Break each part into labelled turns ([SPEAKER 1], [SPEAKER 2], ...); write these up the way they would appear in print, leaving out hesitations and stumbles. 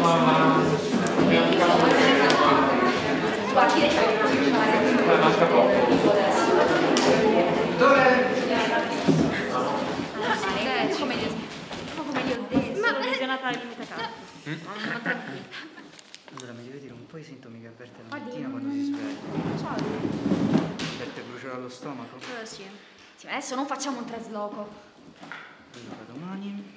[SPEAKER 1] Manca poco.
[SPEAKER 2] Come gli ho detto, sono lesionata alla limite carta. Ma tranquillo.
[SPEAKER 3] Allora, mi devi dire un po' i sintomi che avverte la mattina quando si sveglia.
[SPEAKER 2] Ciao.
[SPEAKER 3] Avverte bruciore allo stomaco?
[SPEAKER 2] Sì. Sì, adesso non facciamo un trasloco.
[SPEAKER 3] Allora, domani...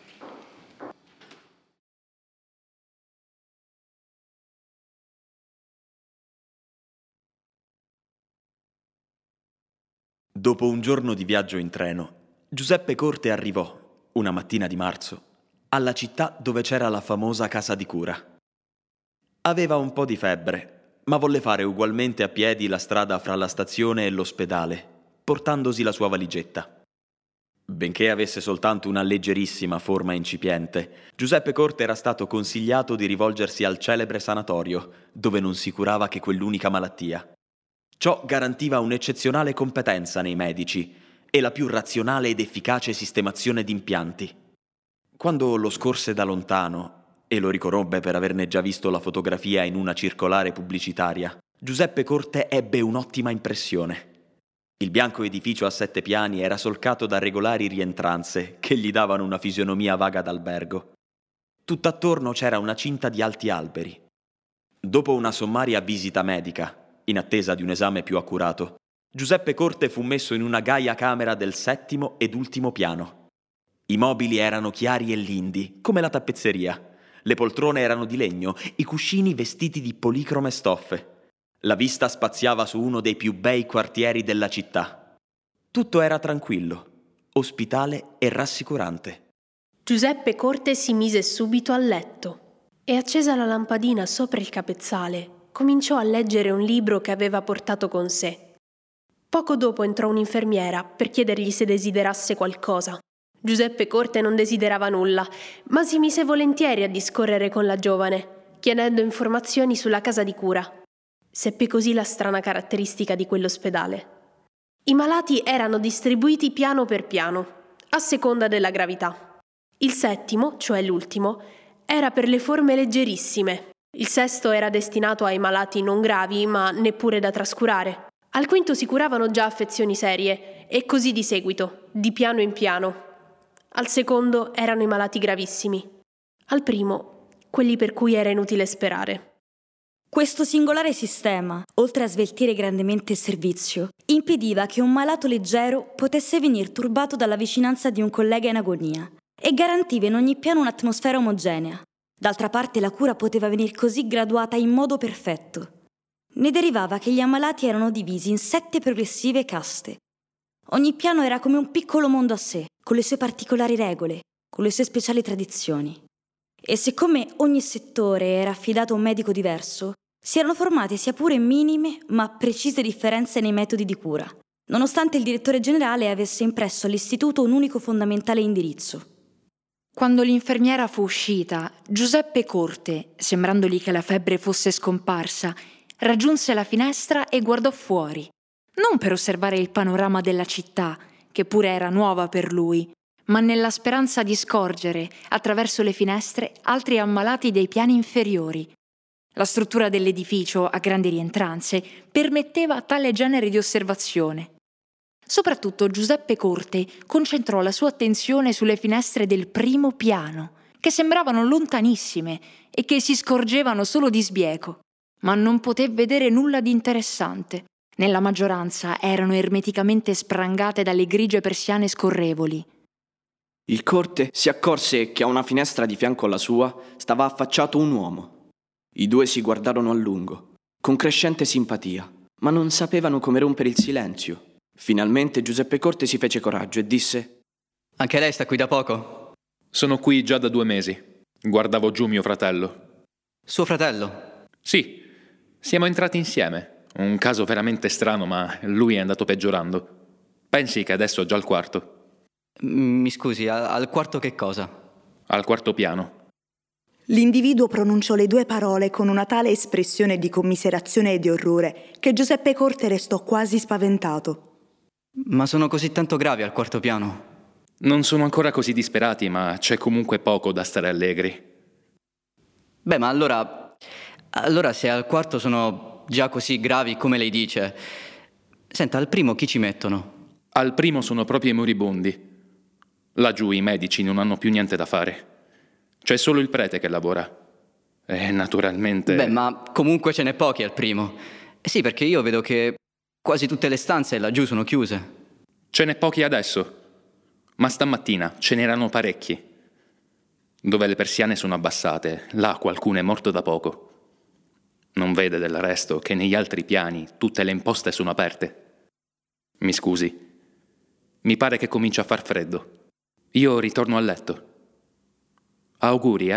[SPEAKER 4] Dopo un giorno di viaggio in treno, Giuseppe Corte arrivò, una mattina di marzo, alla città dove c'era la famosa casa di cura. Aveva un po' di febbre, ma volle fare ugualmente a piedi la strada fra la stazione e l'ospedale, portandosi la sua valigetta. Benché avesse soltanto una leggerissima forma incipiente, Giuseppe Corte era stato consigliato di rivolgersi al celebre sanatorio, dove non si curava che quell'unica malattia. Ciò garantiva un'eccezionale competenza nei medici e la più razionale ed efficace sistemazione di impianti. Quando lo scorse da lontano, e lo riconobbe per averne già visto la fotografia in una circolare pubblicitaria, Giuseppe Corte ebbe un'ottima impressione. Il bianco edificio a 7 piani era solcato da regolari rientranze che gli davano una fisionomia vaga d'albergo. Tutt'attorno c'era una cinta di alti alberi. Dopo una sommaria visita medica, in attesa di un esame più accurato, Giuseppe Corte fu messo in una gaia camera del 7° ed ultimo piano. I mobili erano chiari e lindi, come la tappezzeria. Le poltrone erano di legno, i cuscini vestiti di policrome stoffe. La vista spaziava su uno dei più bei quartieri della città. Tutto era tranquillo, ospitale e rassicurante.
[SPEAKER 5] Giuseppe Corte si mise subito a letto e, accesa la lampadina sopra il capezzale, cominciò a leggere un libro che aveva portato con sé. Poco dopo entrò un'infermiera per chiedergli se desiderasse qualcosa. Giuseppe Corte non desiderava nulla, ma si mise volentieri a discorrere con la giovane, chiedendo informazioni sulla casa di cura. Seppe così la strana caratteristica di quell'ospedale. I malati erano distribuiti piano per piano, a seconda della gravità. Il 7°, cioè l'ultimo, era per le forme leggerissime. Il 6° era destinato ai malati non gravi, ma neppure da trascurare. Al 5° si curavano già affezioni serie, e così di seguito, di piano in piano. Al 2° erano i malati gravissimi. Al 1° quelli per cui era inutile sperare.
[SPEAKER 6] Questo singolare sistema, oltre a sveltire grandemente il servizio, impediva che un malato leggero potesse venir turbato dalla vicinanza di un collega in agonia e garantiva in ogni piano un'atmosfera omogenea. D'altra parte la cura poteva venir così graduata in modo perfetto. Ne derivava che gli ammalati erano divisi in 7 progressive caste. Ogni piano era come un piccolo mondo a sé, con le sue particolari regole, con le sue speciali tradizioni. E siccome ogni settore era affidato a un medico diverso, si erano formate sia pure minime ma precise differenze nei metodi di cura, nonostante il direttore generale avesse impresso all'istituto un unico fondamentale indirizzo.
[SPEAKER 7] Quando l'infermiera fu uscita, Giuseppe Corte, sembrandogli che la febbre fosse scomparsa, raggiunse la finestra e guardò fuori, non per osservare il panorama della città, che pure era nuova per lui, ma nella speranza di scorgere, attraverso le finestre, altri ammalati dei piani inferiori. La struttura dell'edificio, a grandi rientranze, permetteva tale genere di osservazione. Soprattutto Giuseppe Corte concentrò la sua attenzione sulle finestre del 1° piano, che sembravano lontanissime e che si scorgevano solo di sbieco, ma non poté vedere nulla di interessante. Nella maggioranza erano ermeticamente sprangate dalle grigie persiane scorrevoli.
[SPEAKER 8] Il Corte si accorse che a una finestra di fianco alla sua stava affacciato un uomo. I due si guardarono a lungo, con crescente simpatia, ma non sapevano come rompere il silenzio. Finalmente Giuseppe Corte si fece coraggio e disse:
[SPEAKER 3] Anche lei sta qui da poco?
[SPEAKER 1] Sono qui già da 2 mesi. Guardavo giù mio fratello.
[SPEAKER 3] Suo fratello?
[SPEAKER 1] Sì, siamo entrati insieme. Un caso veramente strano, ma lui è andato peggiorando. Pensi che adesso è già al 4°?
[SPEAKER 3] Mi scusi, al 4° che cosa?
[SPEAKER 1] Al 4° piano.
[SPEAKER 9] L'individuo pronunciò le 2 parole con una tale espressione di commiserazione e di orrore che Giuseppe Corte restò quasi spaventato.
[SPEAKER 3] Ma sono così tanto gravi al 4° piano?
[SPEAKER 1] Non sono ancora così disperati, ma c'è comunque poco da stare allegri.
[SPEAKER 3] Beh, ma allora se al quarto sono già così gravi come lei dice, senta, al primo chi ci mettono?
[SPEAKER 1] Al primo sono proprio i moribondi. Laggiù i medici non hanno più niente da fare. C'è solo il prete che lavora. E naturalmente...
[SPEAKER 3] Beh, ma comunque ce n'è pochi al primo. Sì, perché io vedo che quasi tutte le stanze laggiù sono chiuse.
[SPEAKER 1] Ce n'è pochi adesso, ma stamattina ce n'erano parecchi. Dove le persiane sono abbassate, là qualcuno è morto da poco. Non vede del resto che negli altri piani tutte le imposte sono aperte. Mi scusi, mi pare che comincia a far freddo. Io ritorno a letto. Auguri,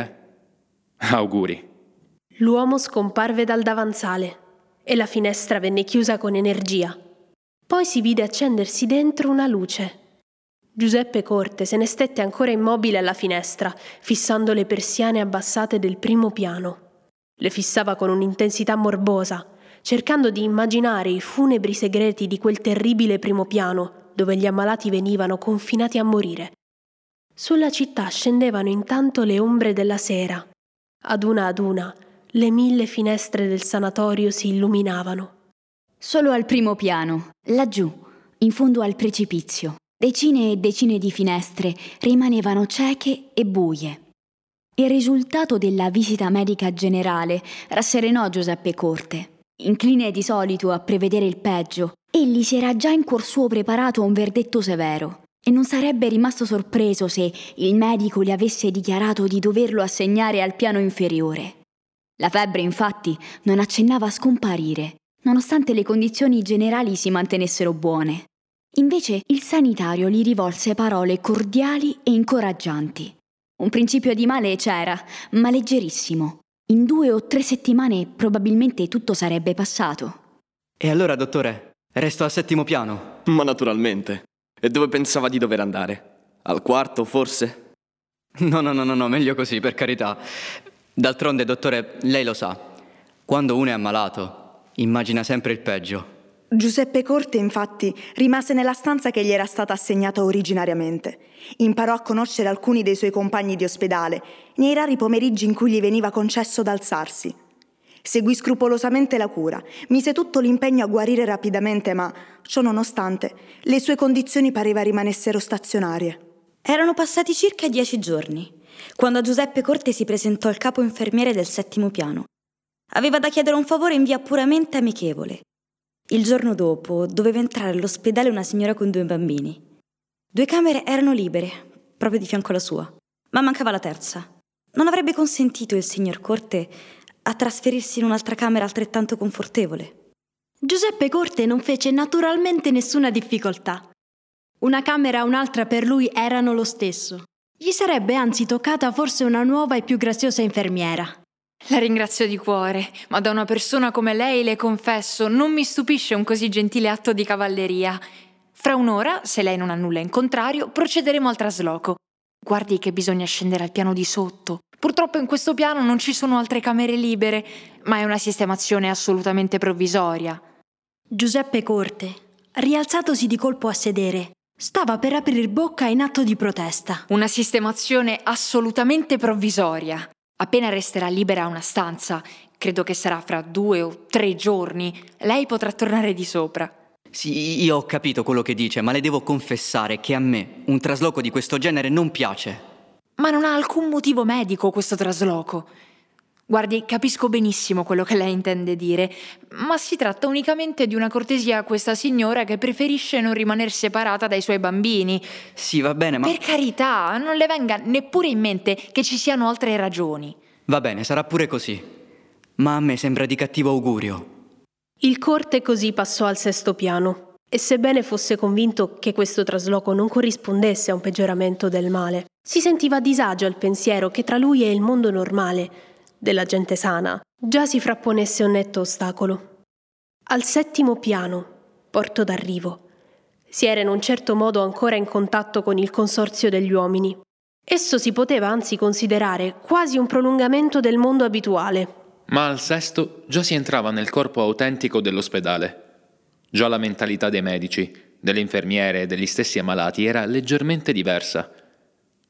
[SPEAKER 1] Auguri.
[SPEAKER 5] L'uomo scomparve dal davanzale e la finestra venne chiusa con energia. Poi si vide accendersi dentro una luce. Giuseppe Corte se ne stette ancora immobile alla finestra, fissando le persiane abbassate del primo piano. Le fissava con un'intensità morbosa, cercando di immaginare i funebri segreti di quel terribile primo piano dove gli ammalati venivano confinati a morire. Sulla città scendevano intanto le ombre della sera. Ad una, le 1000 finestre del sanatorio si illuminavano.
[SPEAKER 6] Solo al primo piano, laggiù, in fondo al precipizio, decine e decine di finestre rimanevano cieche e buie. Il risultato della visita medica generale rasserenò Giuseppe Corte. Incline di solito a prevedere il peggio, egli si era già in cuor suo preparato a un verdetto severo e non sarebbe rimasto sorpreso se il medico gli avesse dichiarato di doverlo assegnare al piano inferiore. La febbre, infatti, non accennava a scomparire, nonostante le condizioni generali si mantenessero buone. Invece il sanitario gli rivolse parole cordiali e incoraggianti. Un principio di male c'era, ma leggerissimo. In 2 o 3 settimane probabilmente tutto sarebbe passato.
[SPEAKER 3] E allora, dottore, resto al 7° piano?
[SPEAKER 8] Ma naturalmente. E dove pensava di dover andare? Al quarto, forse?
[SPEAKER 3] No, meglio così, per carità. D'altronde, dottore, lei lo sa. Quando uno è ammalato, immagina sempre il peggio.
[SPEAKER 9] Giuseppe Corte, infatti, rimase nella stanza che gli era stata assegnata originariamente. Imparò a conoscere alcuni dei suoi compagni di ospedale, nei rari pomeriggi in cui gli veniva concesso d'alzarsi. Seguì scrupolosamente la cura, mise tutto l'impegno a guarire rapidamente, ma, ciò nonostante, le sue condizioni pareva rimanessero stazionarie.
[SPEAKER 6] Erano passati circa 10 giorni, quando a Giuseppe Corte si presentò il capo infermiere del 7° piano. Aveva da chiedere un favore in via puramente amichevole. Il giorno dopo doveva entrare all'ospedale una signora con 2 bambini. 2 camere erano libere, proprio di fianco alla sua, ma mancava la terza. Non avrebbe consentito il signor Corte a trasferirsi in un'altra camera altrettanto confortevole.
[SPEAKER 5] Giuseppe Corte non fece naturalmente nessuna difficoltà. Una camera e un'altra per lui erano lo stesso. Gli sarebbe anzi toccata forse una nuova e più graziosa infermiera.
[SPEAKER 7] La ringrazio di cuore, ma da una persona come lei, le confesso, non mi stupisce un così gentile atto di cavalleria. Fra un'ora, se lei non ha nulla in contrario, procederemo al trasloco. Guardi che bisogna scendere al piano di sotto. Purtroppo in questo piano non ci sono altre camere libere, ma è una sistemazione assolutamente provvisoria.
[SPEAKER 5] Giuseppe Corte, rialzatosi di colpo a sedere, stava per aprir bocca in atto di protesta.
[SPEAKER 7] Una sistemazione assolutamente provvisoria. Appena resterà libera una stanza, credo che sarà fra 2 o 3 giorni, lei potrà tornare di sopra.
[SPEAKER 3] Sì, io ho capito quello che dice, ma le devo confessare che a me un trasloco di questo genere non piace.
[SPEAKER 7] Ma non ha alcun motivo medico questo trasloco. Guardi, capisco benissimo quello che lei intende dire, ma si tratta unicamente di una cortesia a questa signora che preferisce non rimanere separata dai suoi bambini.
[SPEAKER 3] Sì, va bene, ma...
[SPEAKER 7] Per carità, non le venga neppure in mente che ci siano altre ragioni.
[SPEAKER 3] Va bene, sarà pure così. Ma a me sembra di cattivo augurio.
[SPEAKER 5] Il Corte così passò al 6° piano e sebbene fosse convinto che questo trasloco non corrispondesse a un peggioramento del male, si sentiva a disagio al pensiero che tra lui e il mondo normale, della gente sana, già si frapponesse un netto ostacolo. Al 7° piano, porto d'arrivo, si era in un certo modo ancora in contatto con il consorzio degli uomini. Esso si poteva anzi considerare quasi un prolungamento del mondo abituale.
[SPEAKER 1] Ma al 6° già si entrava nel corpo autentico dell'ospedale. Già la mentalità dei medici, delle infermiere e degli stessi ammalati era leggermente diversa.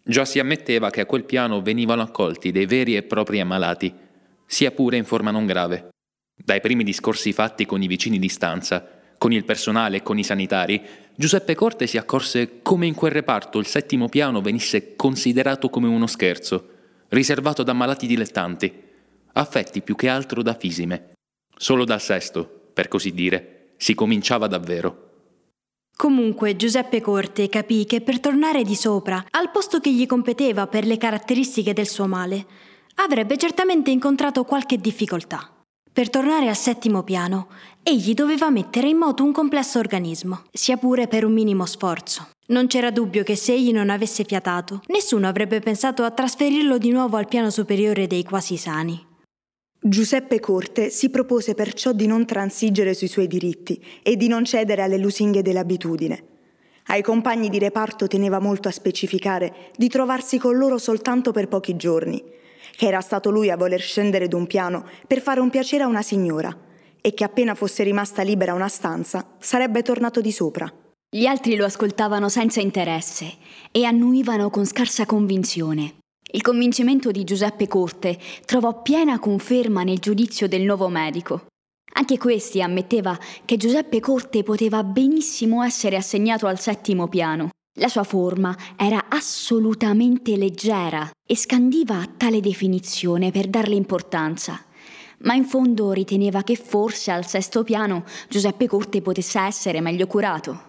[SPEAKER 1] Già si ammetteva che a quel piano venivano accolti dei veri e propri ammalati, sia pure in forma non grave. Dai primi discorsi fatti con i vicini di stanza, con il personale e con i sanitari, Giuseppe Corte si accorse come in quel reparto il 7° piano venisse considerato come uno scherzo, riservato da malati dilettanti, affetti più che altro da fisime. Solo dal 6°, per così dire, si cominciava davvero.
[SPEAKER 6] Comunque Giuseppe Corte capì che per tornare di sopra, al posto che gli competeva per le caratteristiche del suo male, avrebbe certamente incontrato qualche difficoltà. Per tornare al 7° piano, egli doveva mettere in moto un complesso organismo, sia pure per un minimo sforzo. Non c'era dubbio che se egli non avesse fiatato, nessuno avrebbe pensato a trasferirlo di nuovo al piano superiore dei quasi sani.
[SPEAKER 9] Giuseppe Corte si propose perciò di non transigere sui suoi diritti e di non cedere alle lusinghe dell'abitudine. Ai compagni di reparto teneva molto a specificare di trovarsi con loro soltanto per pochi giorni, che era stato lui a voler scendere d'un piano per fare un piacere a una signora e che appena fosse rimasta libera una stanza sarebbe tornato di sopra.
[SPEAKER 10] Gli altri lo ascoltavano senza interesse e annuivano con scarsa convinzione. Il convincimento di Giuseppe Corte trovò piena conferma nel giudizio del nuovo medico. Anche questi ammetteva che Giuseppe Corte poteva benissimo essere assegnato al 7° piano. La sua forma era assolutamente leggera e scandiva a tale definizione per darle importanza. Ma in fondo riteneva che forse al 6° piano Giuseppe Corte potesse essere meglio curato.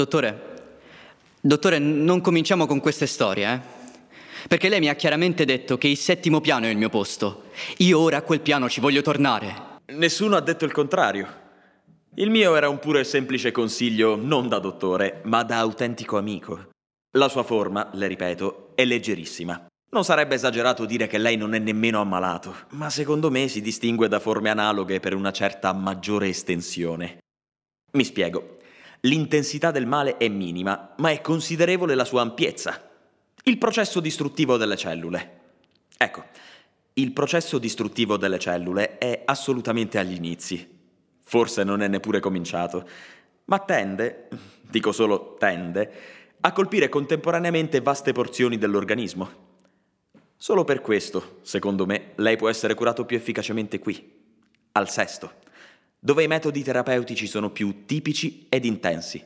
[SPEAKER 3] Dottore, non cominciamo con queste storie, Perché lei mi ha chiaramente detto che il 7° piano è il mio posto. Io ora a quel piano ci voglio tornare.
[SPEAKER 4] Nessuno ha detto il contrario. Il mio era un puro e semplice consiglio non da dottore, ma da autentico amico. La sua forma, le ripeto, è leggerissima. Non sarebbe esagerato dire che lei non è nemmeno ammalato, ma secondo me si distingue da forme analoghe per una certa maggiore estensione. Mi spiego. L'intensità del male è minima, ma è considerevole la sua ampiezza. Il processo distruttivo delle cellule. Ecco, il processo distruttivo delle cellule è assolutamente agli inizi. Forse non è neppure cominciato, ma tende, dico solo tende, a colpire contemporaneamente vaste porzioni dell'organismo. Solo per questo, secondo me, lei può essere curato più efficacemente qui, al 6°, dove i metodi terapeutici sono più tipici ed intensi.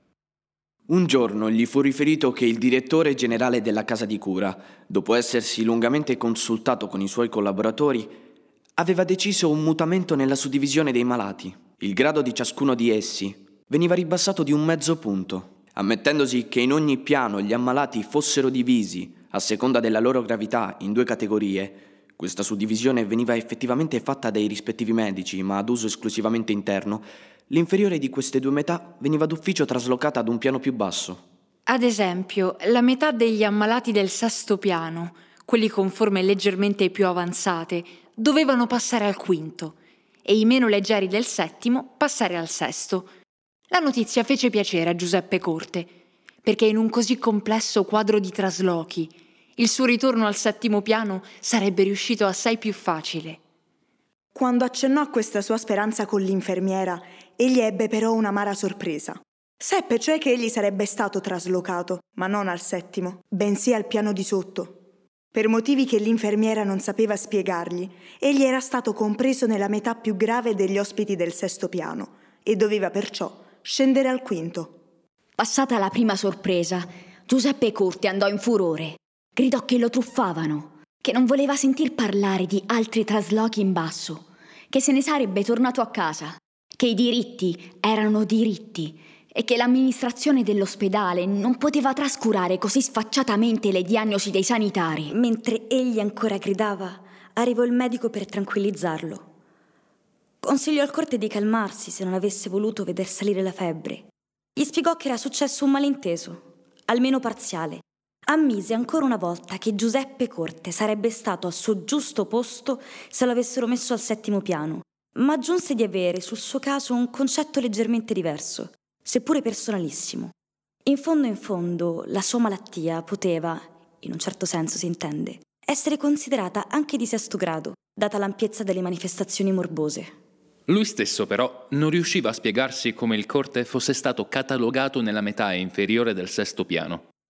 [SPEAKER 8] Un giorno gli fu riferito che il direttore generale della casa di cura, dopo essersi lungamente consultato con i suoi collaboratori, aveva deciso un mutamento nella suddivisione dei malati. Il grado di ciascuno di essi veniva ribassato di 0,5 punto, ammettendosi che in ogni piano gli ammalati fossero divisi, a seconda della loro gravità, in 2 categorie. Questa suddivisione veniva effettivamente fatta dai rispettivi medici, ma ad uso esclusivamente interno. L'inferiore di queste 2 metà veniva d'ufficio traslocata ad un piano più basso.
[SPEAKER 7] Ad esempio, la metà degli ammalati del 6° piano, quelli con forme leggermente più avanzate, dovevano passare al 5° e i meno leggeri del 7° passare al 6°. La notizia fece piacere a Giuseppe Corte, perché in un così complesso quadro di traslochi, il suo ritorno al 7° piano sarebbe riuscito assai più facile.
[SPEAKER 9] Quando accennò a questa sua speranza con l'infermiera, egli ebbe però un'amara sorpresa. Seppe cioè che egli sarebbe stato traslocato, ma non al 7°, bensì al piano di sotto. Per motivi che l'infermiera non sapeva spiegargli, egli era stato compreso nella metà più grave degli ospiti del 6° piano e doveva perciò scendere al 5°.
[SPEAKER 10] Passata la prima sorpresa, Giuseppe Corte andò in furore. Gridò che lo truffavano, che non voleva sentir parlare di altri traslochi in basso, che se ne sarebbe tornato a casa, che i diritti erano diritti e che l'amministrazione dell'ospedale non poteva trascurare così sfacciatamente le diagnosi dei sanitari.
[SPEAKER 6] Mentre egli ancora gridava, arrivò il medico per tranquillizzarlo. Consigliò al Corte di calmarsi se non avesse voluto veder salire la febbre. Gli spiegò che era successo un malinteso, almeno parziale. Ammise ancora una volta che Giuseppe Corte sarebbe stato al suo giusto posto se lo avessero messo al 7° piano, ma aggiunse di avere sul suo caso un concetto leggermente diverso, seppure personalissimo. In fondo, la sua malattia poteva, in un certo senso si intende, essere considerata anche di 6° grado, data l'ampiezza delle manifestazioni morbose.
[SPEAKER 1] Lui stesso però non riusciva a spiegarsi come il Corte fosse stato catalogato nella metà inferiore del 6° piano.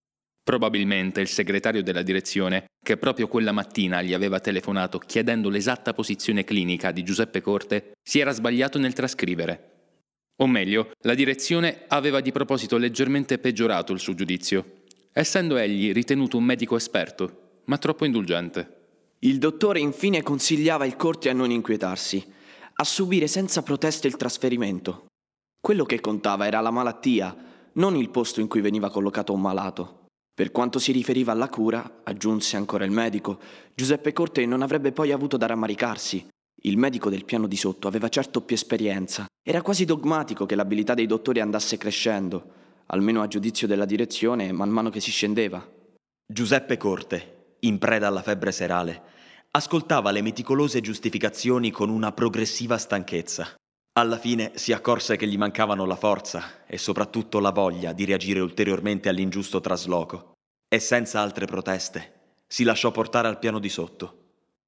[SPEAKER 1] Probabilmente il segretario della direzione, che proprio quella mattina gli aveva telefonato chiedendo l'esatta posizione clinica di Giuseppe Corte, si era sbagliato nel trascrivere. O meglio, la direzione aveva di proposito leggermente peggiorato il suo giudizio, essendo egli ritenuto un medico esperto, ma troppo indulgente.
[SPEAKER 8] Il dottore infine consigliava il Corte a non inquietarsi, a subire senza proteste il trasferimento. Quello che contava era la malattia, non il posto in cui veniva collocato un malato. Per quanto si riferiva alla cura, aggiunse ancora il medico, Giuseppe Corte non avrebbe poi avuto da rammaricarsi. Il medico del piano di sotto aveva certo più esperienza. Era quasi dogmatico che l'abilità dei dottori andasse crescendo, almeno a giudizio della direzione, man mano che si scendeva.
[SPEAKER 4] Giuseppe Corte, in preda alla febbre serale, ascoltava le meticolose giustificazioni con una progressiva stanchezza. Alla fine si accorse che gli mancavano la forza e soprattutto la voglia di reagire ulteriormente all'ingiusto trasloco e senza altre proteste si lasciò portare al piano di sotto.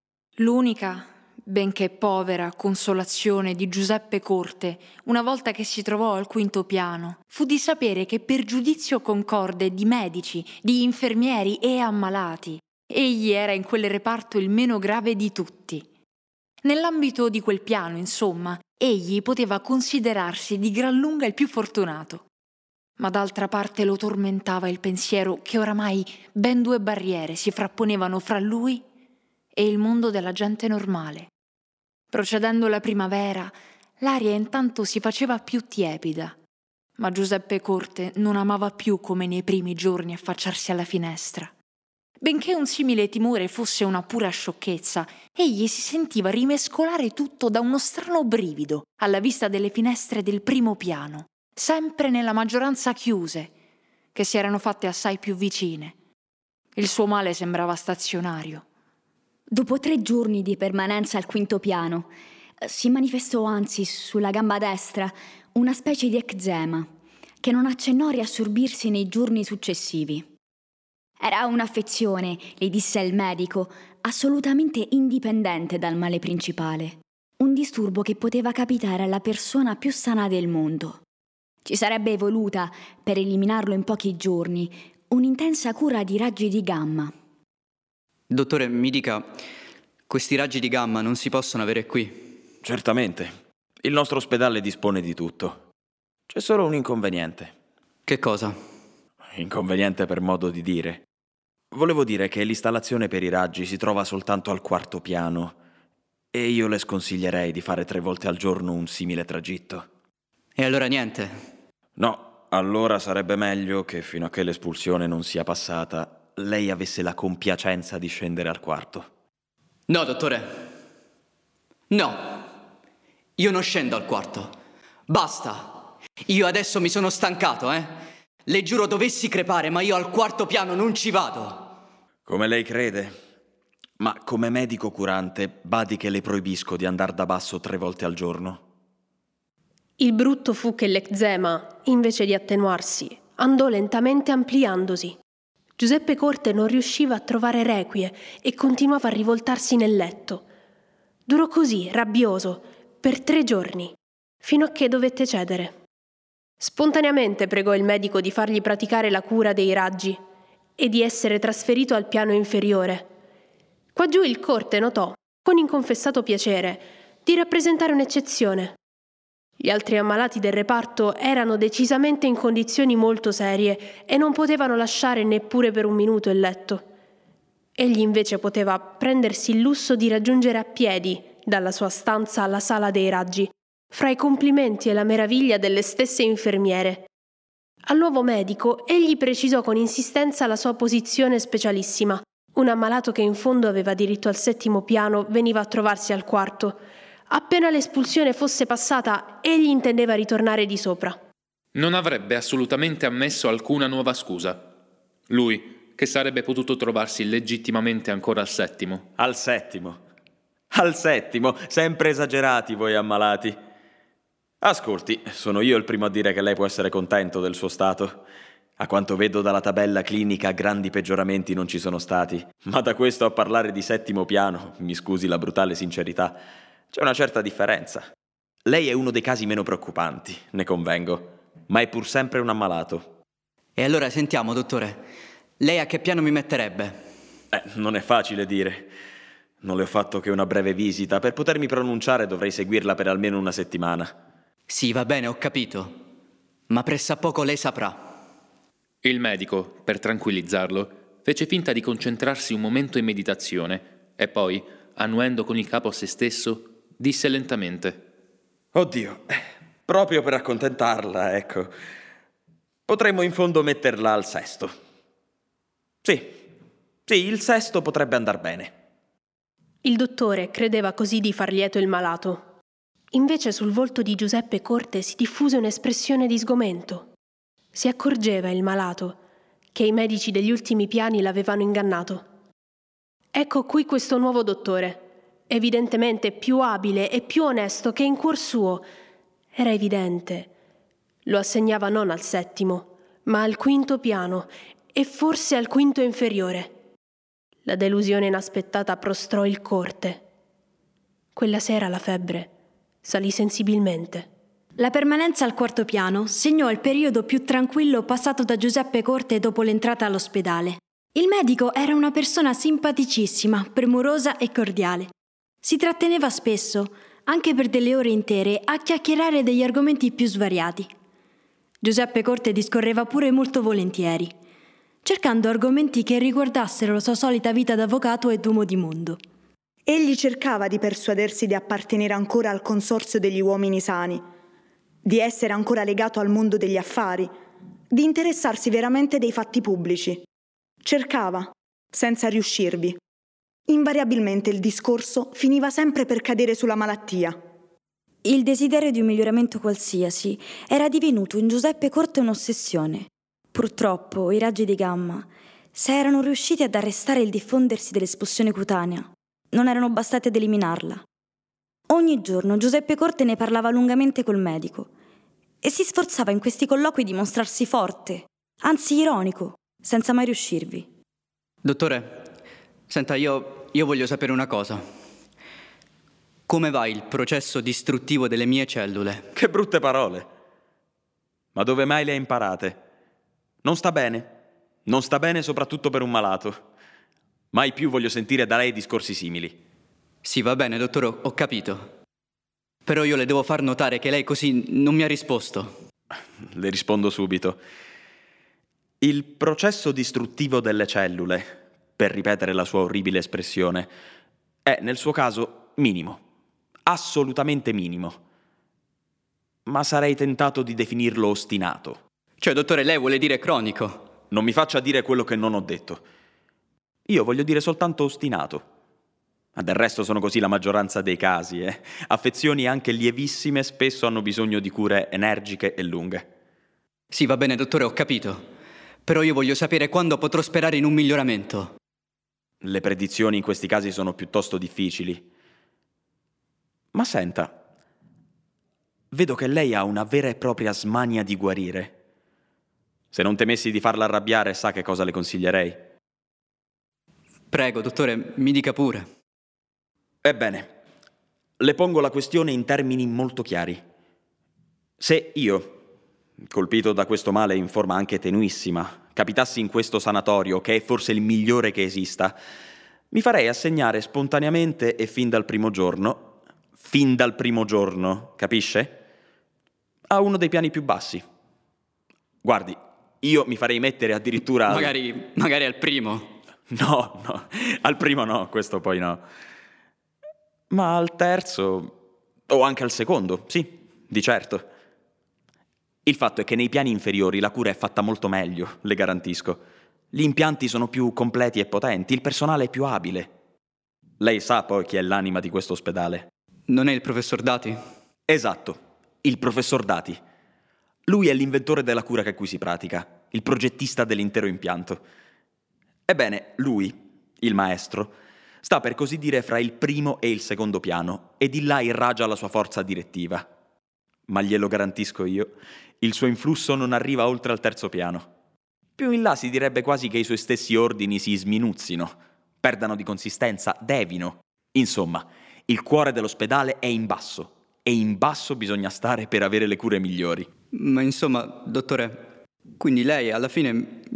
[SPEAKER 7] L'unica, benché povera, consolazione di Giuseppe Corte, una volta che si trovò al quinto piano, fu di sapere che per giudizio concorde di medici, di infermieri e ammalati, egli era in quel reparto il meno grave di tutti. Nell'ambito di quel piano, insomma, egli poteva considerarsi di gran lunga il più fortunato. Ma d'altra parte lo tormentava il pensiero che oramai ben 2 barriere si frapponevano fra lui e il mondo della gente normale. Procedendo la primavera, l'aria intanto si faceva più tiepida, ma Giuseppe Corte non amava più come nei primi giorni affacciarsi alla finestra. Benché un simile timore fosse una pura sciocchezza, egli si sentiva rimescolare tutto da uno strano brivido alla vista delle finestre del primo piano, sempre nella maggioranza chiuse, che si erano fatte assai più vicine. Il suo male sembrava stazionario.
[SPEAKER 10] Dopo 3 giorni di permanenza al quinto piano, si manifestò anzi sulla gamba destra una specie di eczema, che non accennò a riassorbirsi nei giorni successivi. Era un'affezione, le disse il medico, assolutamente indipendente dal male principale. Un disturbo che poteva capitare alla persona più sana del mondo. Ci sarebbe voluta, per eliminarlo in pochi giorni, un'intensa cura di raggi di gamma.
[SPEAKER 3] Dottore, mi dica, questi raggi di gamma non si possono avere qui?
[SPEAKER 4] Certamente. Il nostro ospedale dispone di tutto. C'è solo un inconveniente.
[SPEAKER 3] Che cosa?
[SPEAKER 4] Inconveniente per modo di dire. Volevo dire che l'installazione per i raggi si trova soltanto al 4º piano e io le sconsiglierei di fare 3 volte al giorno un simile tragitto.
[SPEAKER 3] E allora niente?
[SPEAKER 4] No, allora sarebbe meglio che fino a che l'espulsione non sia passata lei avesse la compiacenza di scendere al 4º.
[SPEAKER 3] No, dottore. No. Io non scendo al 4º. Basta. Io adesso mi sono stancato, Le giuro dovessi crepare, ma io al 4º piano non ci vado.
[SPEAKER 4] Come lei crede. Ma come medico curante, badi che le proibisco di andare da basso 3 volte al giorno.
[SPEAKER 5] Il brutto fu che l'eczema, invece di attenuarsi, andò lentamente ampliandosi. Giuseppe Corte non riusciva a trovare requie e continuava a rivoltarsi nel letto. Durò così, rabbioso, per 3 giorni, fino a che dovette cedere. Spontaneamente pregò il medico di fargli praticare la cura dei raggi e di essere trasferito al piano inferiore. Quaggiù il Corte notò, con inconfessato piacere, di rappresentare un'eccezione. Gli altri ammalati del reparto erano decisamente in condizioni molto serie e non potevano lasciare neppure per un minuto il letto. Egli invece poteva prendersi il lusso di raggiungere a piedi, dalla sua stanza alla sala dei raggi, fra i complimenti e la meraviglia delle stesse infermiere. Al nuovo medico egli precisò con insistenza la sua posizione specialissima. Un ammalato che in fondo aveva diritto al 7º piano veniva a trovarsi al 4º. Appena l'espulsione fosse passata, egli intendeva ritornare di sopra.
[SPEAKER 1] Non avrebbe assolutamente ammesso alcuna nuova scusa. Lui, che sarebbe potuto trovarsi legittimamente ancora al 7º.
[SPEAKER 4] Al 7º? Al 7º? Sempre esagerati voi ammalati. Ascolti, sono io il primo a dire che lei può essere contento del suo stato. A quanto vedo dalla tabella clinica grandi peggioramenti non ci sono stati. Ma da questo a parlare di 7º piano, mi scusi la brutale sincerità, c'è una certa differenza. Lei è uno dei casi meno preoccupanti, ne convengo, ma è pur sempre un ammalato.
[SPEAKER 3] E allora sentiamo, dottore, Lei a che piano mi metterebbe?
[SPEAKER 4] Non è facile dire. Non le ho fatto che una breve visita. Per potermi pronunciare dovrei seguirla per almeno una settimana.
[SPEAKER 3] Sì, va bene, ho capito. Ma pressappoco lei saprà.
[SPEAKER 1] Il medico, per tranquillizzarlo, fece finta di concentrarsi un momento in meditazione e poi, annuendo con il capo a se stesso, disse lentamente:
[SPEAKER 4] Oddio, proprio per accontentarla, ecco. Potremmo in fondo metterla al 6. Sì, il 6 potrebbe andar bene.
[SPEAKER 5] Il dottore credeva così di far lieto il malato. Invece sul volto di Giuseppe Corte si diffuse un'espressione di sgomento. Si accorgeva il malato che i medici degli ultimi piani l'avevano ingannato. Ecco qui questo nuovo dottore, evidentemente più abile e più onesto che in cuor suo. Era evidente. Lo assegnava non al 7, ma al 5° piano e forse al 5° inferiore. La delusione inaspettata prostrò il Corte. Quella sera la febbre salì sensibilmente.
[SPEAKER 6] La permanenza al 4° piano segnò il periodo più tranquillo passato da Giuseppe Corte dopo l'entrata all'ospedale. Il medico era una persona simpaticissima, premurosa e cordiale. Si tratteneva spesso, anche per delle ore intere, a chiacchierare degli argomenti più svariati. Giuseppe Corte discorreva pure molto volentieri, cercando argomenti che riguardassero la sua solita vita d'avvocato e d'uomo di mondo.
[SPEAKER 9] Egli cercava di persuadersi di appartenere ancora al consorzio degli uomini sani, di essere ancora legato al mondo degli affari, di interessarsi veramente dei fatti pubblici. Cercava, senza riuscirvi. Invariabilmente il discorso finiva sempre per cadere sulla malattia.
[SPEAKER 6] Il desiderio di un miglioramento qualsiasi era divenuto in Giuseppe Corte un'ossessione. Purtroppo i raggi di gamma, se erano riusciti ad arrestare il diffondersi dell'esplosione cutanea, non erano bastati ad eliminarla. Ogni giorno Giuseppe Corte ne parlava lungamente col medico e si sforzava in questi colloqui di mostrarsi forte, anzi ironico, senza mai riuscirvi.
[SPEAKER 3] Dottore, senta, io voglio sapere una cosa. Come va il processo distruttivo delle mie cellule?
[SPEAKER 4] Che brutte parole! Ma dove mai le ha imparate? Non sta bene. Non sta bene soprattutto per un malato. Mai più voglio sentire da lei discorsi simili.
[SPEAKER 3] Sì, va bene, dottore, ho capito. Però io le devo far notare che lei così non mi ha risposto.
[SPEAKER 4] Le rispondo subito. Il processo distruttivo delle cellule, per ripetere la sua orribile espressione, è nel suo caso minimo. Assolutamente minimo. Ma sarei tentato di definirlo ostinato.
[SPEAKER 3] Cioè, dottore, lei vuole dire cronico?
[SPEAKER 4] Non mi faccia dire quello che non ho detto. Io voglio dire soltanto ostinato. Ma del resto sono così la maggioranza dei casi, Affezioni anche lievissime spesso hanno bisogno di cure energiche e lunghe.
[SPEAKER 3] Sì, va bene, dottore, ho capito. Però io voglio sapere quando potrò sperare in un miglioramento.
[SPEAKER 4] Le predizioni in questi casi sono piuttosto difficili. Ma senta, vedo che lei ha una vera e propria smania di guarire. Se non temessi di farla arrabbiare, sa che cosa le consiglierei?
[SPEAKER 3] Prego, dottore, mi dica pure.
[SPEAKER 4] Ebbene, le pongo la questione in termini molto chiari. Se io, colpito da questo male in forma anche tenuissima, capitassi in questo sanatorio, che è forse il migliore che esista, mi farei assegnare spontaneamente e fin dal primo giorno, capisce? A uno dei piani più bassi. Guardi, io mi farei mettere addirittura...
[SPEAKER 3] Magari al primo.
[SPEAKER 4] No, al primo no, questo poi no. Ma al terzo, o anche al secondo, sì, di certo. Il fatto è che nei piani inferiori la cura è fatta molto meglio, le garantisco. Gli impianti sono più completi e potenti, il personale è più abile. Lei sa poi chi è l'anima di questo ospedale?
[SPEAKER 3] Non è il professor Dati?
[SPEAKER 4] Esatto, il professor Dati. Lui è l'inventore della cura che qui si pratica, il progettista dell'intero impianto. Ebbene, lui, il maestro, sta per così dire fra il primo e il secondo piano e di là irragia la sua forza direttiva. Ma glielo garantisco io, il suo influsso non arriva oltre al terzo piano. Più in là si direbbe quasi che i suoi stessi ordini si sminuzzino, perdano di consistenza, devino. Insomma, il cuore dell'ospedale è in basso e in basso bisogna stare per avere le cure migliori.
[SPEAKER 3] Ma insomma, dottore, quindi lei alla fine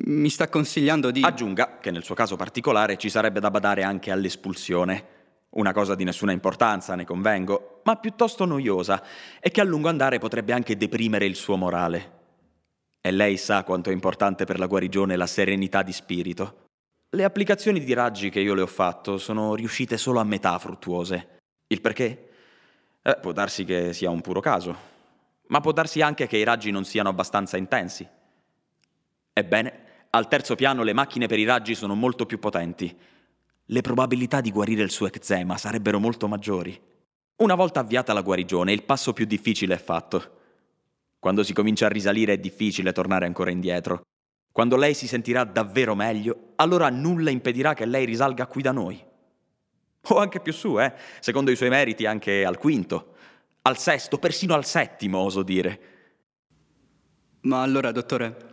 [SPEAKER 3] mi sta consigliando di...
[SPEAKER 4] Aggiunga che nel suo caso particolare ci sarebbe da badare anche all'espulsione. Una cosa di nessuna importanza, ne convengo, ma piuttosto noiosa e che a lungo andare potrebbe anche deprimere il suo morale. E lei sa quanto è importante per la guarigione la serenità di spirito. Le applicazioni di raggi che io le ho fatto sono riuscite solo a metà fruttuose. Il perché? Può darsi che sia un puro caso, ma può darsi anche che i raggi non siano abbastanza intensi. Ebbene, al terzo piano le macchine per i raggi sono molto più potenti. Le probabilità di guarire il suo eczema sarebbero molto maggiori. Una volta avviata la guarigione, il passo più difficile è fatto. Quando si comincia a risalire è difficile tornare ancora indietro. Quando lei si sentirà davvero meglio, allora nulla impedirà che lei risalga qui da noi. O anche più su, secondo i suoi meriti anche al quinto, al sesto, persino al settimo, oso dire.
[SPEAKER 3] Ma allora, dottore,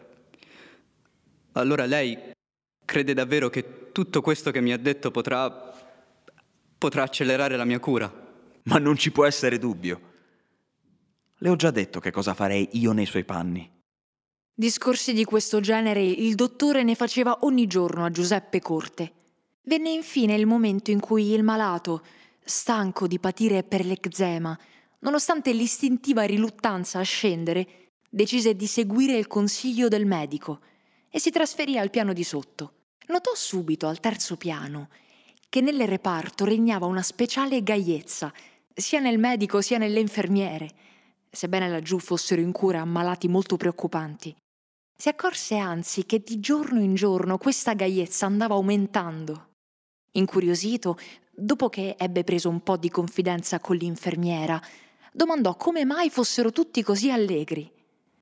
[SPEAKER 3] allora lei crede davvero che tutto questo che mi ha detto potrà accelerare la mia cura?
[SPEAKER 4] Ma non ci può essere dubbio. Le ho già detto che cosa farei io nei suoi panni.
[SPEAKER 7] Discorsi di questo genere il dottore ne faceva ogni giorno a Giuseppe Corte. Venne infine il momento in cui il malato, stanco di patire per l'eczema, nonostante l'istintiva riluttanza a scendere, decise di seguire il consiglio del medico e si trasferì al piano di sotto. Notò subito al terzo piano che nel reparto regnava una speciale gaiezza, sia nel medico sia nelle infermiere, sebbene laggiù fossero in cura ammalati molto preoccupanti. Si accorse anzi che di giorno in giorno questa gaiezza andava aumentando. Incuriosito, dopo che ebbe preso un po' di confidenza con l'infermiera, domandò come mai fossero tutti così allegri.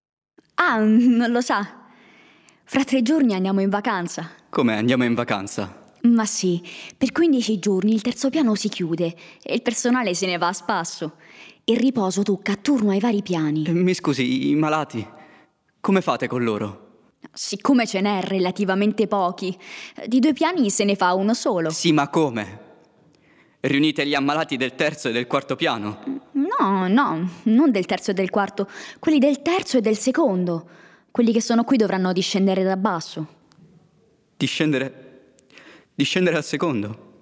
[SPEAKER 10] Ah, non lo sa. Fra 3 giorni andiamo in vacanza.
[SPEAKER 3] Come andiamo in vacanza?
[SPEAKER 10] Ma sì, per 15 giorni il terzo piano si chiude e il personale se ne va a spasso. Il riposo tocca attorno ai vari piani.
[SPEAKER 3] Mi scusi, i malati, come fate con loro?
[SPEAKER 10] Siccome ce n'è relativamente pochi, di 2 piani se ne fa uno solo.
[SPEAKER 3] Sì, ma come? Riunite gli ammalati del terzo e del quarto piano?
[SPEAKER 10] No, non del terzo e del quarto, quelli del terzo e del secondo. Quelli che sono qui dovranno discendere da basso.
[SPEAKER 3] Discendere al secondo?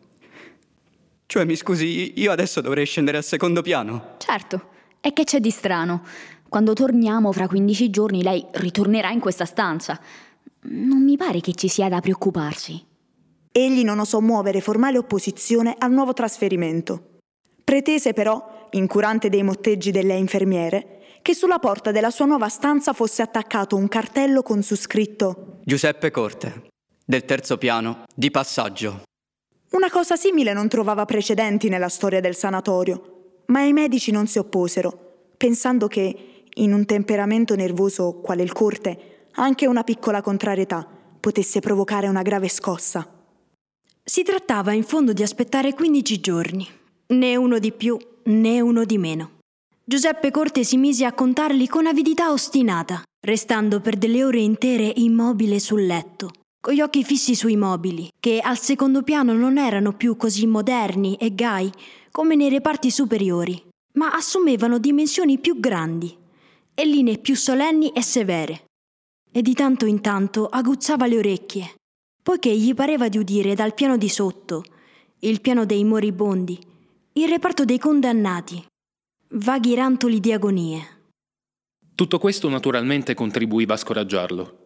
[SPEAKER 3] Cioè, mi scusi, io adesso dovrei scendere al secondo piano?
[SPEAKER 10] Certo, e che c'è di strano? Quando torniamo fra 15 giorni lei ritornerà in questa stanza. Non mi pare che ci sia da preoccuparsi.
[SPEAKER 9] Egli non osò muovere formale opposizione al nuovo trasferimento. Pretese però, incurante dei motteggi delle infermiere, che sulla porta della sua nuova stanza fosse attaccato un cartello con su scritto
[SPEAKER 3] Giuseppe Corte, del terzo piano, di passaggio.
[SPEAKER 9] Una cosa simile non trovava precedenti nella storia del sanatorio, ma i medici non si opposero, pensando che, in un temperamento nervoso quale il Corte, anche una piccola contrarietà potesse provocare una grave scossa.
[SPEAKER 5] Si trattava in fondo di aspettare 15 giorni, né uno di più né uno di meno. Giuseppe Corte si mise a contarli con avidità ostinata, restando per delle ore intere immobile sul letto, con gli occhi fissi sui mobili, che al secondo piano non erano più così moderni e gai come nei reparti superiori, ma assumevano dimensioni più grandi e linee più solenni e severe. E di tanto in tanto aguzzava le orecchie, poiché gli pareva di udire dal piano di sotto, il piano dei moribondi, il reparto dei condannati, vaghi rantoli di agonie.
[SPEAKER 1] Tutto questo naturalmente contribuiva a scoraggiarlo,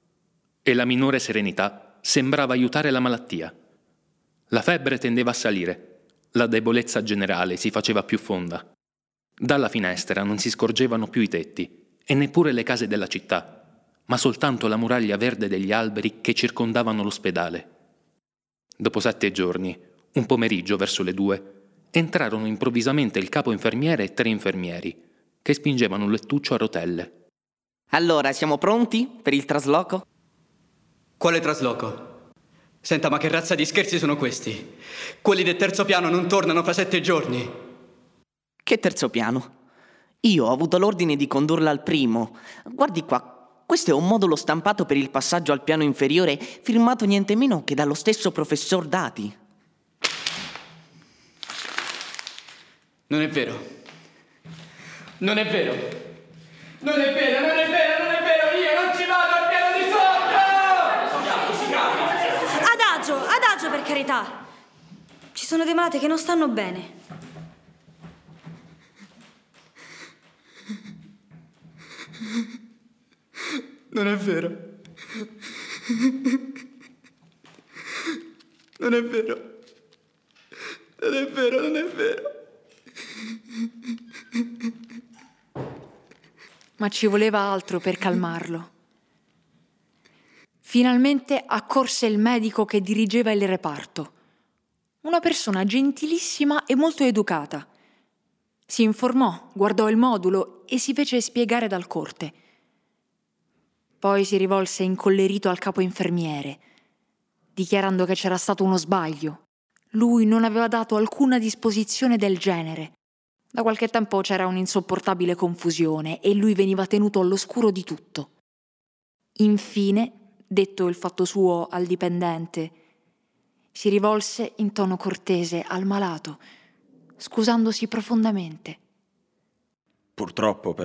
[SPEAKER 1] e la minore serenità sembrava aiutare la malattia. La febbre tendeva a salire, la debolezza generale si faceva più fonda. Dalla finestra non si scorgevano più i tetti e neppure le case della città, ma soltanto la muraglia verde degli alberi che circondavano l'ospedale. Dopo 7 giorni, un pomeriggio verso le 2, entrarono improvvisamente il capo infermiere e 3 infermieri, che spingevano un lettuccio a rotelle.
[SPEAKER 11] Allora, siamo pronti per il trasloco?
[SPEAKER 3] Quale trasloco? Senta, ma che razza di scherzi sono questi? Quelli del terzo piano non tornano fra 7 giorni.
[SPEAKER 11] Che terzo piano? Io ho avuto l'ordine di condurla al primo. Guardi qua, questo è un modulo stampato per il passaggio al piano inferiore, firmato niente meno che dallo stesso professor Dati.
[SPEAKER 3] Non è vero. Non è vero. Non è vero, non è vero, non è vero. Io non ci vado al piano di sopra!
[SPEAKER 6] carità! Ci sono dei malati che non stanno bene.
[SPEAKER 3] Non è vero. Non è vero. Non è vero, non è vero.
[SPEAKER 7] Ma ci voleva altro per calmarlo. Finalmente accorse il medico che dirigeva il reparto. Una persona gentilissima e molto educata. Si informò, guardò il modulo e si fece spiegare dal corte. Poi si rivolse incollerito al capo infermiere, dichiarando che c'era stato uno sbaglio. Lui non aveva dato alcuna disposizione del genere. Da qualche tempo c'era un'insopportabile confusione e lui veniva tenuto all'oscuro di tutto. Infine, detto il fatto suo al dipendente, si rivolse in tono cortese al malato, scusandosi profondamente.
[SPEAKER 4] Purtroppo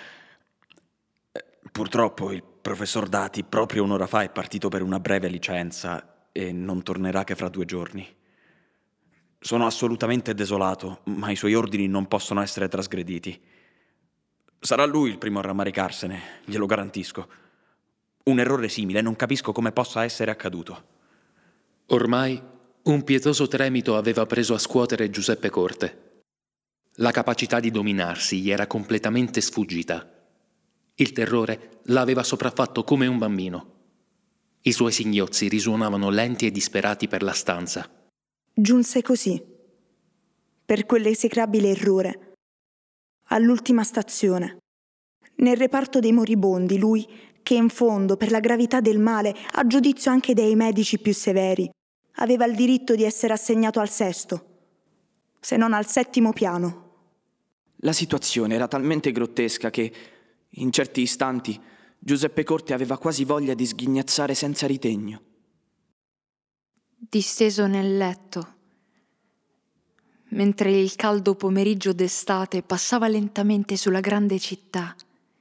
[SPEAKER 4] il professor Dati proprio un'ora fa è partito per una breve licenza e non tornerà che fra 2 giorni. Sono assolutamente desolato, ma i suoi ordini non possono essere trasgrediti. Sarà lui il primo a rammaricarsene, glielo garantisco. Un errore simile non capisco come possa essere accaduto.
[SPEAKER 1] Ormai un pietoso tremito aveva preso a scuotere Giuseppe Corte. La capacità di dominarsi gli era completamente sfuggita. Il terrore l'aveva sopraffatto come un bambino. I suoi singhiozzi risuonavano lenti e disperati per la stanza.
[SPEAKER 9] Giunse così, per quell'esecrabile errore, all'ultima stazione. Nel reparto dei moribondi, lui, che in fondo, per la gravità del male, a giudizio anche dei medici più severi, aveva il diritto di essere assegnato al 6º, se non al 7° piano.
[SPEAKER 8] La situazione era talmente grottesca che, in certi istanti, Giuseppe Corte aveva quasi voglia di sghignazzare senza ritegno.
[SPEAKER 7] Disteso nel letto, mentre il caldo pomeriggio d'estate passava lentamente sulla grande città,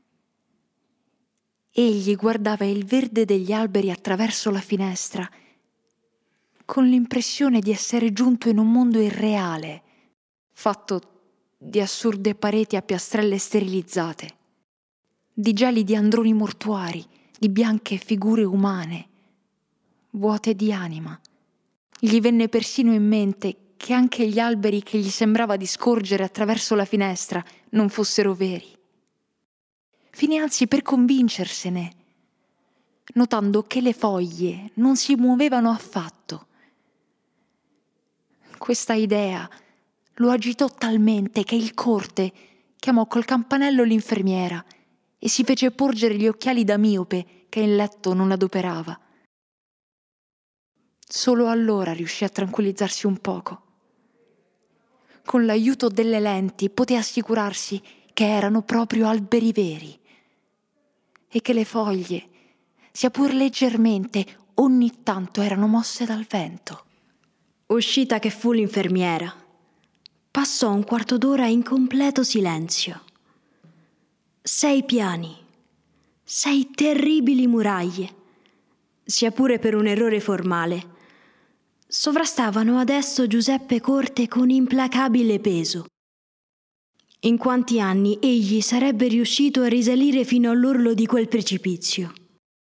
[SPEAKER 7] egli guardava il verde degli alberi attraverso la finestra, con l'impressione di essere giunto in un mondo irreale, fatto di assurde pareti a piastrelle sterilizzate, di gelidi androni mortuari, di bianche figure umane, vuote di anima. Gli venne persino in mente che anche gli alberi che gli sembrava di scorgere attraverso la finestra non fossero veri. Finì anzi per convincersene, notando che le foglie non si muovevano affatto. Questa idea lo agitò talmente che il Corte chiamò col campanello l'infermiera e si fece porgere gli occhiali da miope che in letto non adoperava. Solo allora riuscì a tranquillizzarsi un poco. Con l'aiuto delle lenti poté assicurarsi che erano proprio alberi veri e che le foglie, sia pur leggermente, ogni tanto erano mosse dal vento.
[SPEAKER 6] Uscita che fu l'infermiera, passò un quarto d'ora in completo silenzio. 6 piani, 6 terribili muraglie, sia pure per un errore formale, sovrastavano adesso Giuseppe Corte con implacabile peso. In quanti anni egli sarebbe riuscito a risalire fino all'orlo di quel precipizio?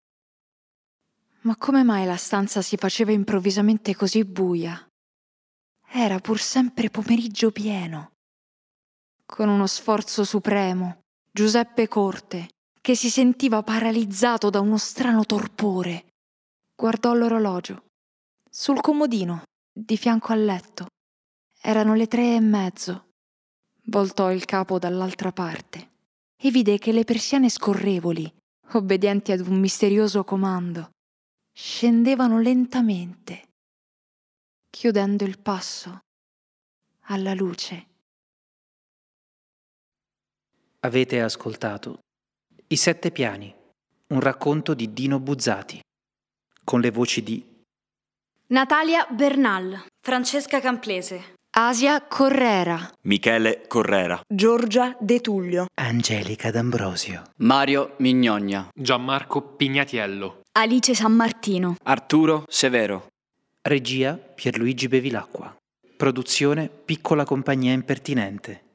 [SPEAKER 7] Ma come mai la stanza si faceva improvvisamente così buia? Era pur sempre pomeriggio pieno. Con uno sforzo supremo, Giuseppe Corte, che si sentiva paralizzato da uno strano torpore, guardò l'orologio. Sul comodino, di fianco al letto. Erano le 3:30. Voltò il capo dall'altra parte e vide che le persiane scorrevoli, obbedienti ad un misterioso comando, scendevano lentamente, chiudendo il passo alla luce.
[SPEAKER 12] Avete ascoltato I 7 piani, un racconto di Dino Buzzati, con le voci di
[SPEAKER 6] Natalia Bernal, Francesca Camplese,
[SPEAKER 7] Asia Correra,
[SPEAKER 4] Michele Correra,
[SPEAKER 9] Giorgia De Tullio,
[SPEAKER 12] Angelica D'Ambrosio,
[SPEAKER 3] Mario Mignogna,
[SPEAKER 1] Gianmarco Pignatiello,
[SPEAKER 10] Alice San Martino,
[SPEAKER 8] Arturo Severo,
[SPEAKER 12] Regia Pierluigi Bevilacqua. Produzione Piccola Compagnia Impertinente.